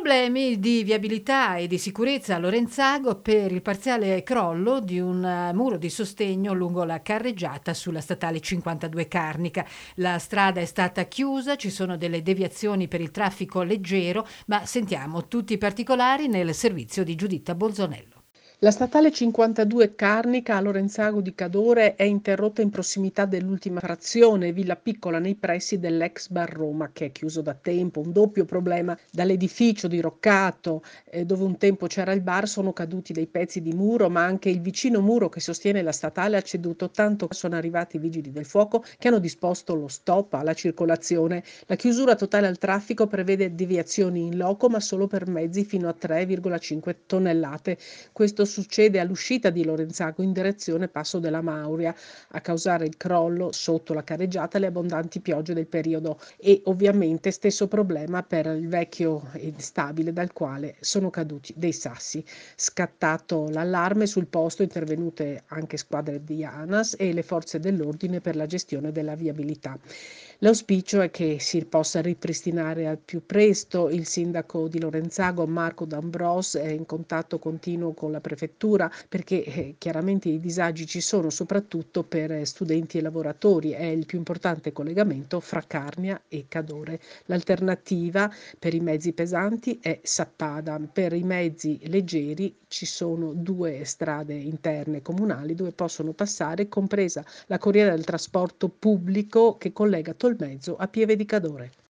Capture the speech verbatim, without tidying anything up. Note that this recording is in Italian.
Problemi di viabilità e di sicurezza a Lorenzago per il parziale crollo di un eh, muro di sostegno lungo la carreggiata sulla statale cinquantadue Carnica. La strada è stata chiusa, ci sono delle deviazioni per il traffico leggero, ma sentiamo tutti i particolari nel servizio di Giuditta Bolzonello. La statale cinquantadue Carnica a Lorenzago di Cadore è interrotta in prossimità dell'ultima frazione, Villa Piccola, nei pressi dell'ex bar Roma, che è chiuso da tempo. Un doppio problema: dall'edificio diroccato, eh, dove un tempo c'era il bar, sono caduti dei pezzi di muro, ma anche il vicino muro che sostiene la statale ha ceduto, tanto che sono arrivati i vigili del fuoco che hanno disposto lo stop alla circolazione. La chiusura totale al traffico prevede deviazioni in loco, ma solo per mezzi fino a tre virgola cinque tonnellate. Questo succede all'uscita di Lorenzago in direzione Passo della Mauria. A causare il crollo sotto la carreggiata le abbondanti piogge del periodo, e ovviamente stesso problema per il vecchio e stabile dal quale sono caduti dei sassi. Scattato l'allarme, sul posto intervenute anche squadre di ANAS e le forze dell'ordine per la gestione della viabilità. L'auspicio è che si possa ripristinare al più presto. Il sindaco di Lorenzago, Marco D'Ambros, è in contatto continuo con la prefettura perché eh, chiaramente i disagi ci sono, soprattutto per eh, studenti e lavoratori. È il più importante collegamento fra Carnia e Cadore. L'alternativa per i mezzi pesanti è Sappada. Per i mezzi leggeri ci sono due strade interne comunali dove possono passare, compresa la corriera del trasporto pubblico che collega Tolmezzo a Pieve di Cadore.